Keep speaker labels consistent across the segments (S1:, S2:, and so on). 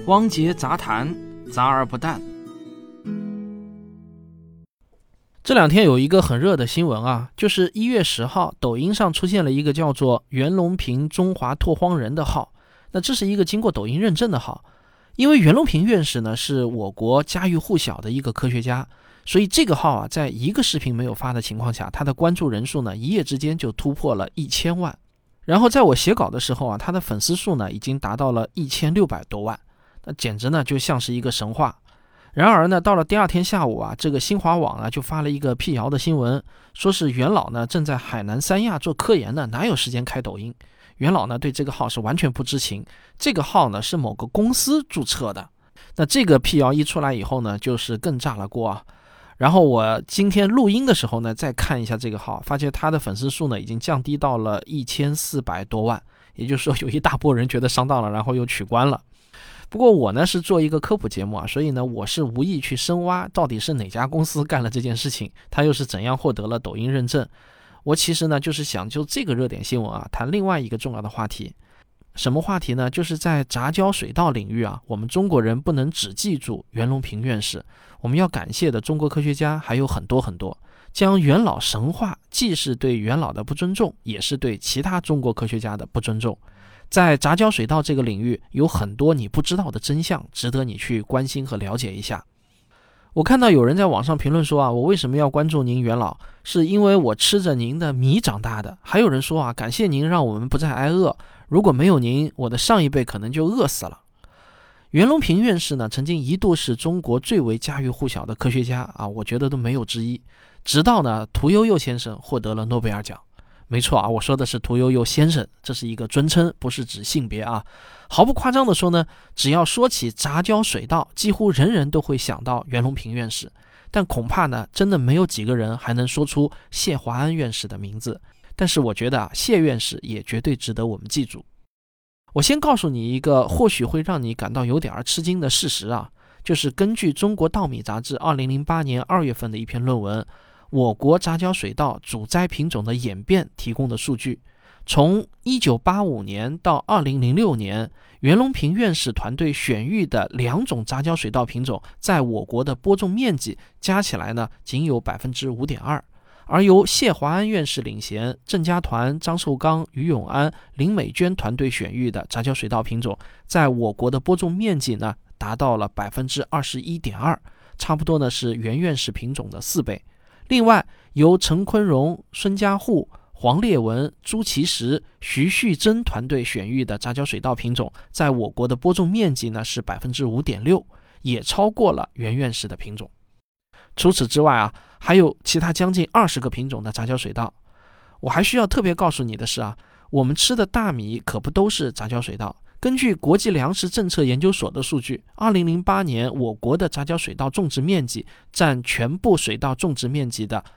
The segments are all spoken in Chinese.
S1: 汪杰杂谈，杂而不淡。这两天有一个很热的新闻啊，就是1月10号，抖音上出现了一个叫做袁隆平中华拓荒人的号。那这是一个经过抖音认证的号，因为袁隆平院士呢是我国家喻户晓的一个科学家，所以这个号啊，在一个视频没有发的情况下，他的关注人数呢一夜之间就突破了1000万。然后在我写稿的时候啊，他的粉丝数呢已经达到了1600多万，那简直呢就像是一个神话。然而呢，到了第二天下午啊，这个新华网呢就发了一个辟谣的新闻，说是袁老呢正在海南三亚做科研呢，哪有时间开抖音？袁老呢对这个号是完全不知情，这个号呢是某个公司注册的。那这个辟谣一出来以后呢，就是更炸了锅啊。然后我今天录音的时候呢，再看一下这个号，发现他的粉丝数呢已经降低到了1400多万，也就是说有一大波人觉得上当了，然后又取关了。不过我呢是做一个科普节目啊，所以呢我是无意去深挖到底是哪家公司干了这件事情，他又是怎样获得了抖音认证。我其实呢就是想就这个热点新闻啊谈另外一个重要的话题。什么话题呢？就是在杂交水稻领域啊，我们中国人不能只记住袁隆平院士，我们要感谢的中国科学家还有很多很多。将袁老神话既是对袁老的不尊重，也是对其他中国科学家的不尊重。在杂交水稻这个领域有很多你不知道的真相，值得你去关心和了解一下。我看到有人在网上评论说啊，我为什么要关注您袁老？是因为我吃着您的米长大的。还有人说啊，感谢您让我们不再挨饿，如果没有您，我的上一辈可能就饿死了。袁隆平院士呢，曾经一度是中国最为家喻户晓的科学家啊，我觉得都没有之一。直到呢，屠呦呦先生获得了诺贝尔奖。没错啊，我说的是屠呦呦先生，这是一个尊称，不是指性别啊。毫不夸张的说呢，只要说起杂交水稻，几乎人人都会想到袁隆平院士，但恐怕呢，真的没有几个人还能说出谢华安院士的名字。但是我觉得啊，谢院士也绝对值得我们记住。我先告诉你一个或许会让你感到有点吃惊的事实啊，就是根据中国稻米杂志2008年2月份的一篇论文，我国杂交水稻主栽品种的演变提供的数据，从1985年到2006年，袁隆平院士团队选育的2种杂交水稻品种在我国的播种面积加起来呢，仅有 5.2%， 而由谢华安院士领衔，郑家团、张寿刚、于永安、林美娟团队选育的杂交水稻品种在我国的播种面积呢，达到了 21.2%， 差不多呢是袁院士品种的4倍。另外，由陈坤荣、孙家户、黄烈文、朱其实、徐旭珍团队选育的杂交水稻品种，在我国的播种面积呢是 5.6%， 也超过了袁院士的品种。除此之外啊，还有其他将近20个品种的杂交水稻。我还需要特别告诉你的是啊，我们吃的大米可不都是杂交水稻。根据国际粮食政策研究所的数据，2008年我国的杂交水稻种植面积占全部水稻种植面积的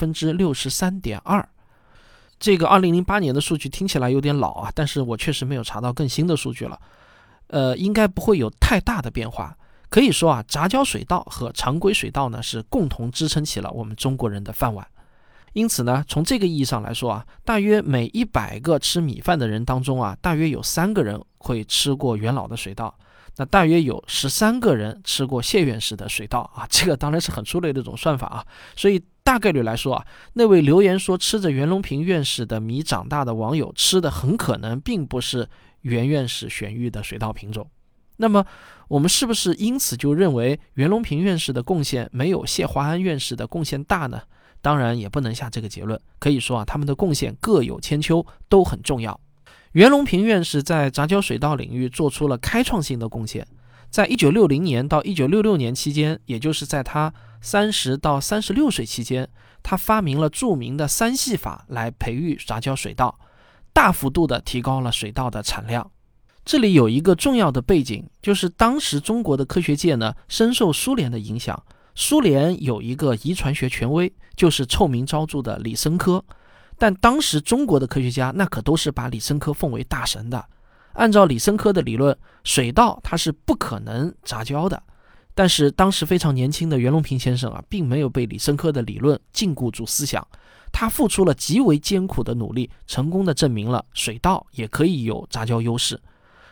S1: 63.2%。这个2008年的数据听起来有点老啊，但是我确实没有查到更新的数据了。应该不会有太大的变化。可以说啊，杂交水稻和常规水稻呢是共同支撑起了我们中国人的饭碗。因此呢，从这个意义上来说啊，大约每100个吃米饭的人当中啊，大约有3个人会吃过袁老的水稻，那大约有13个人吃过谢院士的水稻啊，这个当然是很粗略的一种算法啊。所以大概率来说啊，那位留言说吃着袁隆平院士的米长大的网友，吃的很可能并不是袁院士选育的水稻品种。那么我们是不是因此就认为袁隆平院士的贡献没有谢华安院士的贡献大呢？当然也不能下这个结论，可以说啊，他们的贡献各有千秋，都很重要。袁隆平院士在杂交水稻领域做出了开创性的贡献。在1960年到1966年期间，也就是在他30到36岁期间，他发明了著名的3系法来培育杂交水稻，大幅度的提高了水稻的产量。这里有一个重要的背景，就是当时中国的科学界呢，深受苏联的影响。苏联有一个遗传学权威，就是臭名昭著的李森科。但当时中国的科学家那可都是把李森科奉为大神的。按照李森科的理论，水稻它是不可能杂交的。但是当时非常年轻的袁隆平先生啊，并没有被李森科的理论禁锢住思想，他付出了极为艰苦的努力，成功的证明了水稻也可以有杂交优势。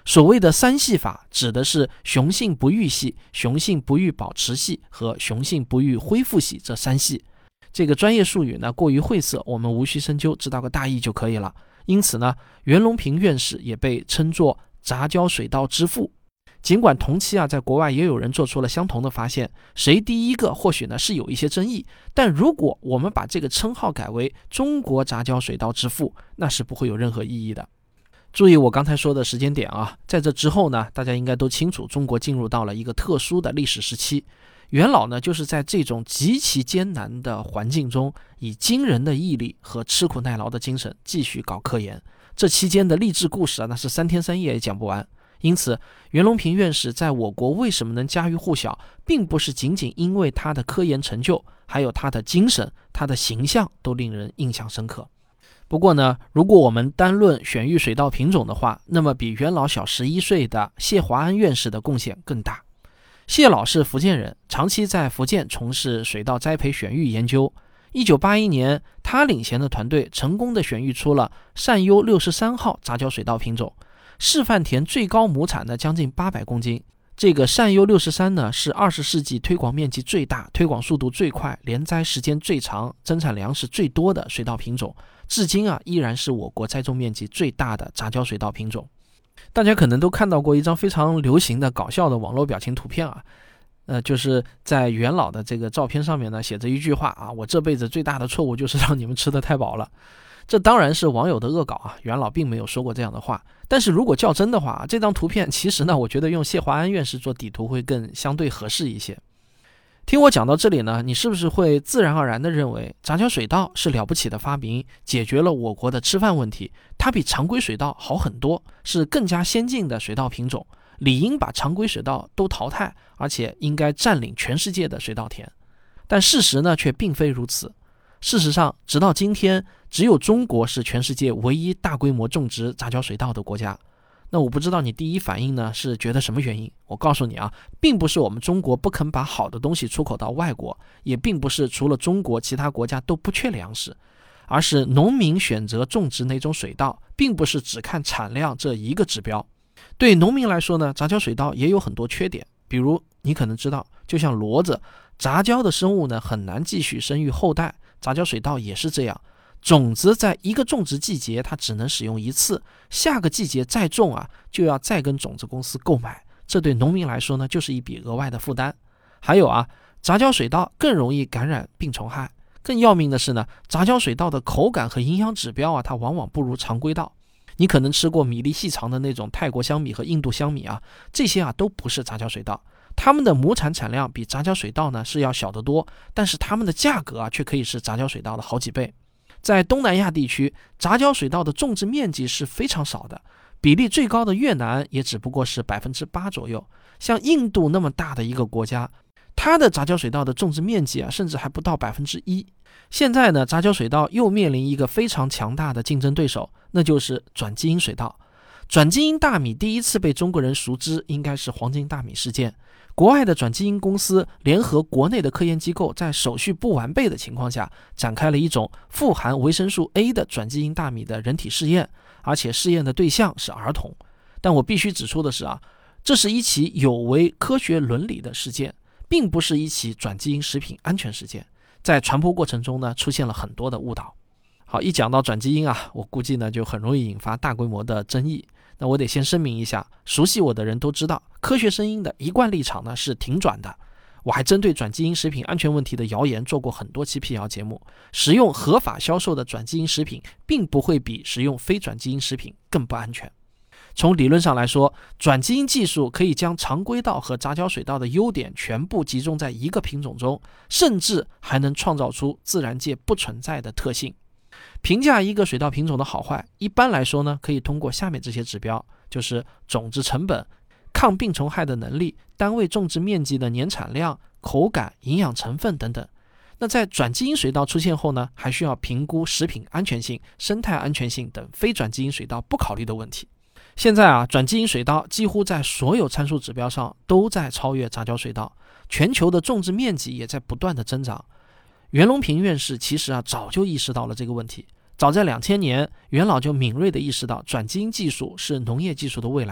S1: 所谓的三系法指的是雄性不育系、雄性不育保持系和雄性不育恢复系这三系。这个专业术语呢过于晦涩，我们无需深究，知道个大意就可以了。因此呢，袁隆平院士也被称作杂交水稻之父。尽管同期在国外也有人做出了相同的发现，谁第一个或许呢是有一些争议，但如果我们把这个称号改为中国杂交水稻之父，那是不会有任何意义的。注意我刚才说的时间点在这之后呢，大家应该都清楚，中国进入到了一个特殊的历史时期。袁老呢就是在这种极其艰难的环境中，以惊人的毅力和吃苦耐劳的精神继续搞科研，这期间的励志故事那是3天3夜也讲不完。因此袁隆平院士在我国为什么能家喻户晓，并不是仅仅因为他的科研成就，还有他的精神、他的形象都令人印象深刻。不过呢，如果我们单论选育水稻品种的话，那么比袁老小11岁的谢华安院士的贡献更大。谢老是福建人，长期在福建从事水稻栽培选育研究。1981年，他领衔的团队成功的选育出了善优63号杂交水稻品种，示范田最高亩产呢将近800公斤。这个善优63呢是20世纪推广面积最大、推广速度最快、连栽时间最长、增产粮食最多的水稻品种，至今依然是我国栽种面积最大的杂交水稻品种。大家可能都看到过一张非常流行的搞笑的网络表情图片就是在袁老的这个照片上面呢写着一句话我这辈子最大的错误就是让你们吃得太饱了。这当然是网友的恶搞袁老并没有说过这样的话。但是如果较真的话，这张图片其实呢，我觉得用谢华安院士做底图会更相对合适一些。听我讲到这里呢，你是不是会自然而然地认为杂交水稻是了不起的发明，解决了我国的吃饭问题，它比常规水稻好很多，是更加先进的水稻品种，理应把常规水稻都淘汰，而且应该占领全世界的水稻田？但事实呢却并非如此。事实上，直到今天，只有中国是全世界唯一大规模种植杂交水稻的国家。那我不知道你第一反应呢是觉得什么原因？我告诉你并不是我们中国不肯把好的东西出口到外国，也并不是除了中国其他国家都不缺粮食，而是农民选择种植哪种水稻，并不是只看产量这一个指标。对农民来说呢，杂交水稻也有很多缺点，比如你可能知道，就像骡子，杂交的生物呢很难继续生育后代，杂交水稻也是这样。种子在一个种植季节它只能使用一次，下个季节再种就要再跟种子公司购买，这对农民来说呢就是一笔额外的负担。还有杂交水稻更容易感染病虫害，更要命的是呢，杂交水稻的口感和营养指标它往往不如常规稻。你可能吃过米粒细长的那种泰国香米和印度香米这些都不是杂交水稻，它们的亩产产量比杂交水稻呢是要小得多，但是它们的价格却可以是杂交水稻的好几倍。在东南亚地区，杂交水稻的种植面积是非常少的，比例最高的越南也只不过是 8% 左右。像印度那么大的一个国家，它的杂交水稻的种植面积甚至还不到 1%。 现在呢，杂交水稻又面临一个非常强大的竞争对手，那就是转基因水稻。转基因大米第一次被中国人熟知应该是黄金大米事件。国外的转基因公司联合国内的科研机构，在手续不完备的情况下，展开了一种富含维生素 A 的转基因大米的人体试验，而且试验的对象是儿童。但我必须指出的是这是一起有违科学伦理的事件，并不是一起转基因食品安全事件。在传播过程中呢，出现了很多的误导。好，一讲到转基因我估计呢就很容易引发大规模的争议。那我得先声明一下，熟悉我的人都知道，科学声音的一贯立场呢是挺转的。我还针对转基因食品安全问题的谣言做过很多期辟谣节目。食用合法销售的转基因食品，并不会比食用非转基因食品更不安全。从理论上来说，转基因技术可以将常规稻和杂交水稻的优点全部集中在一个品种中，甚至还能创造出自然界不存在的特性。评价一个水稻品种的好坏，一般来说呢，可以通过下面这些指标，就是种植成本、抗病虫害的能力、单位种植面积的年产量、口感、营养成分等等。那在转基因水稻出现后呢，还需要评估食品安全性、生态安全性等非转基因水稻不考虑的问题。现在转基因水稻几乎在所有参数指标上都在超越杂交水稻，全球的种植面积也在不断的增长。袁隆平院士其实早就意识到了这个问题。早在2000年，袁老就敏锐地意识到转基因技术是农业技术的未来。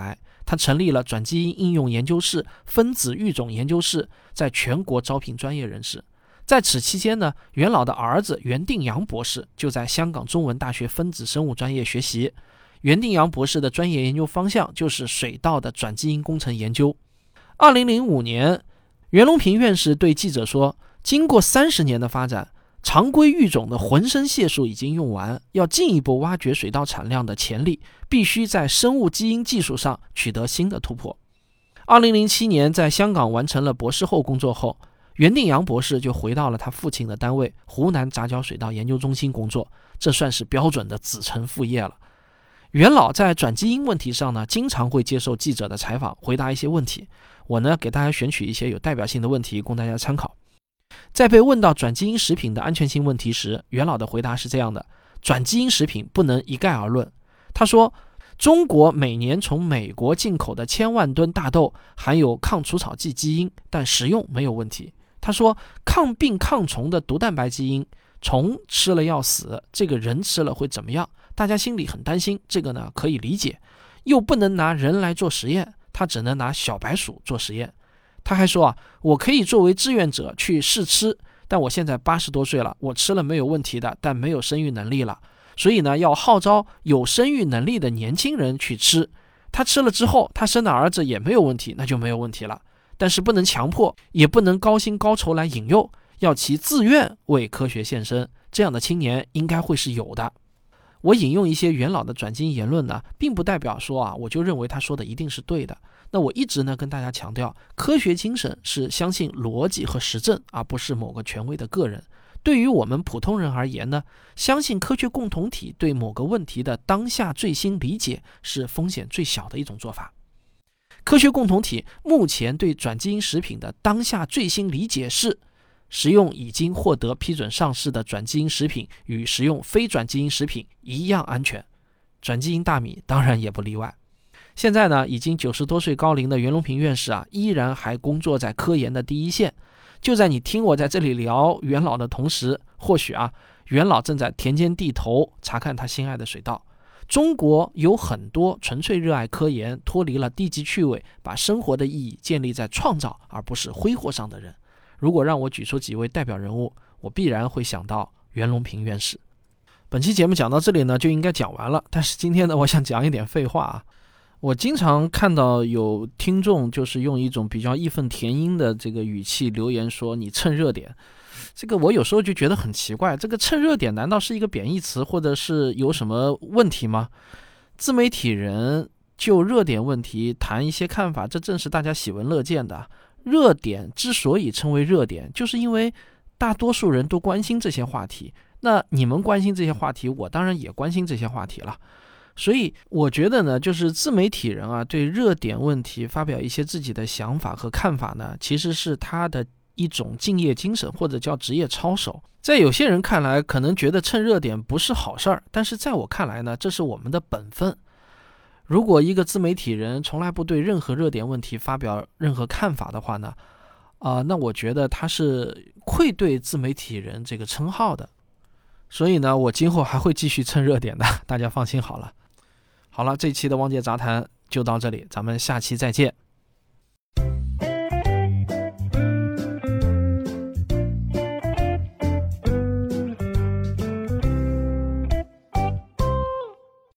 S1: 他成立了转基因应用研究室、分子育种研究室，在全国招聘专业人士。在此期间呢，袁老的儿子袁定阳博士就在香港中文大学分子生物专业学习。袁定阳博士的专业研究方向就是水稻的转基因工程研究。2005年，袁隆平院士对记者说，经过30年的发展，常规育种的浑身解数已经用完，要进一步挖掘水稻产量的潜力，必须在生物基因技术上取得新的突破。2007年在香港完成了博士后工作后，袁定阳博士就回到了他父亲的单位湖南杂交水稻研究中心工作，这算是标准的子承父业了。袁老在转基因问题上呢，经常会接受记者的采访，回答一些问题。我呢，给大家选取一些有代表性的问题供大家参考。在被问到转基因食品的安全性问题时，袁老的回答是这样的：转基因食品不能一概而论。他说，中国每年从美国进口的1000万吨大豆含有抗除草剂基因，但食用没有问题。他说，抗病抗虫的毒蛋白基因，虫吃了要死，这个人吃了会怎么样？大家心里很担心，这个呢可以理解，又不能拿人来做实验，他只能拿小白鼠做实验。他还说我可以作为志愿者去试吃，但我现在80多岁了，我吃了没有问题的，但没有生育能力了，所以呢，要号召有生育能力的年轻人去吃。他吃了之后，他生的儿子也没有问题，那就没有问题了。但是不能强迫，也不能高薪高酬来引诱，要其自愿为科学献身，这样的青年应该会是有的。我引用一些袁老的转基因言论呢，并不代表说我就认为他说的一定是对的。那我一直呢跟大家强调，科学精神是相信逻辑和实证，而不是某个权威的个人。对于我们普通人而言呢，相信科学共同体对某个问题的当下最新理解是风险最小的一种做法。科学共同体目前对转基因食品的当下最新理解是，食用已经获得批准上市的转基因食品与食用非转基因食品一样安全，转基因大米当然也不例外。现在呢，已经90多岁高龄的袁隆平院士依然还工作在科研的第一线。就在你听我在这里聊袁老的同时，或许袁老正在田间地头查看他心爱的水稻。中国有很多纯粹热爱科研，脱离了低级趣味，把生活的意义建立在创造而不是挥霍上的人。如果让我举出几位代表人物，我必然会想到袁隆平院士。本期节目讲到这里呢，就应该讲完了。但是今天呢，我想讲一点废话我经常看到有听众就是用一种比较义愤填膺的这个语气留言说你蹭热点，这个我有时候就觉得很奇怪，这个蹭热点难道是一个贬义词，或者是有什么问题吗？自媒体人就热点问题谈一些看法，这正是大家喜闻乐见的。热点之所以称为热点，就是因为大多数人都关心这些话题，那你们关心这些话题，我当然也关心这些话题了。所以我觉得呢，就是自媒体人对热点问题发表一些自己的想法和看法呢，其实是他的一种敬业精神，或者叫职业操守。在有些人看来可能觉得蹭热点不是好事儿，但是在我看来呢，这是我们的本分。如果一个自媒体人从来不对任何热点问题发表任何看法的话呢，那我觉得他是愧对自媒体人这个称号的。所以呢，我今后还会继续蹭热点的，大家放心好了。好了，这期的汪杰杂谈就到这里，咱们下期再见。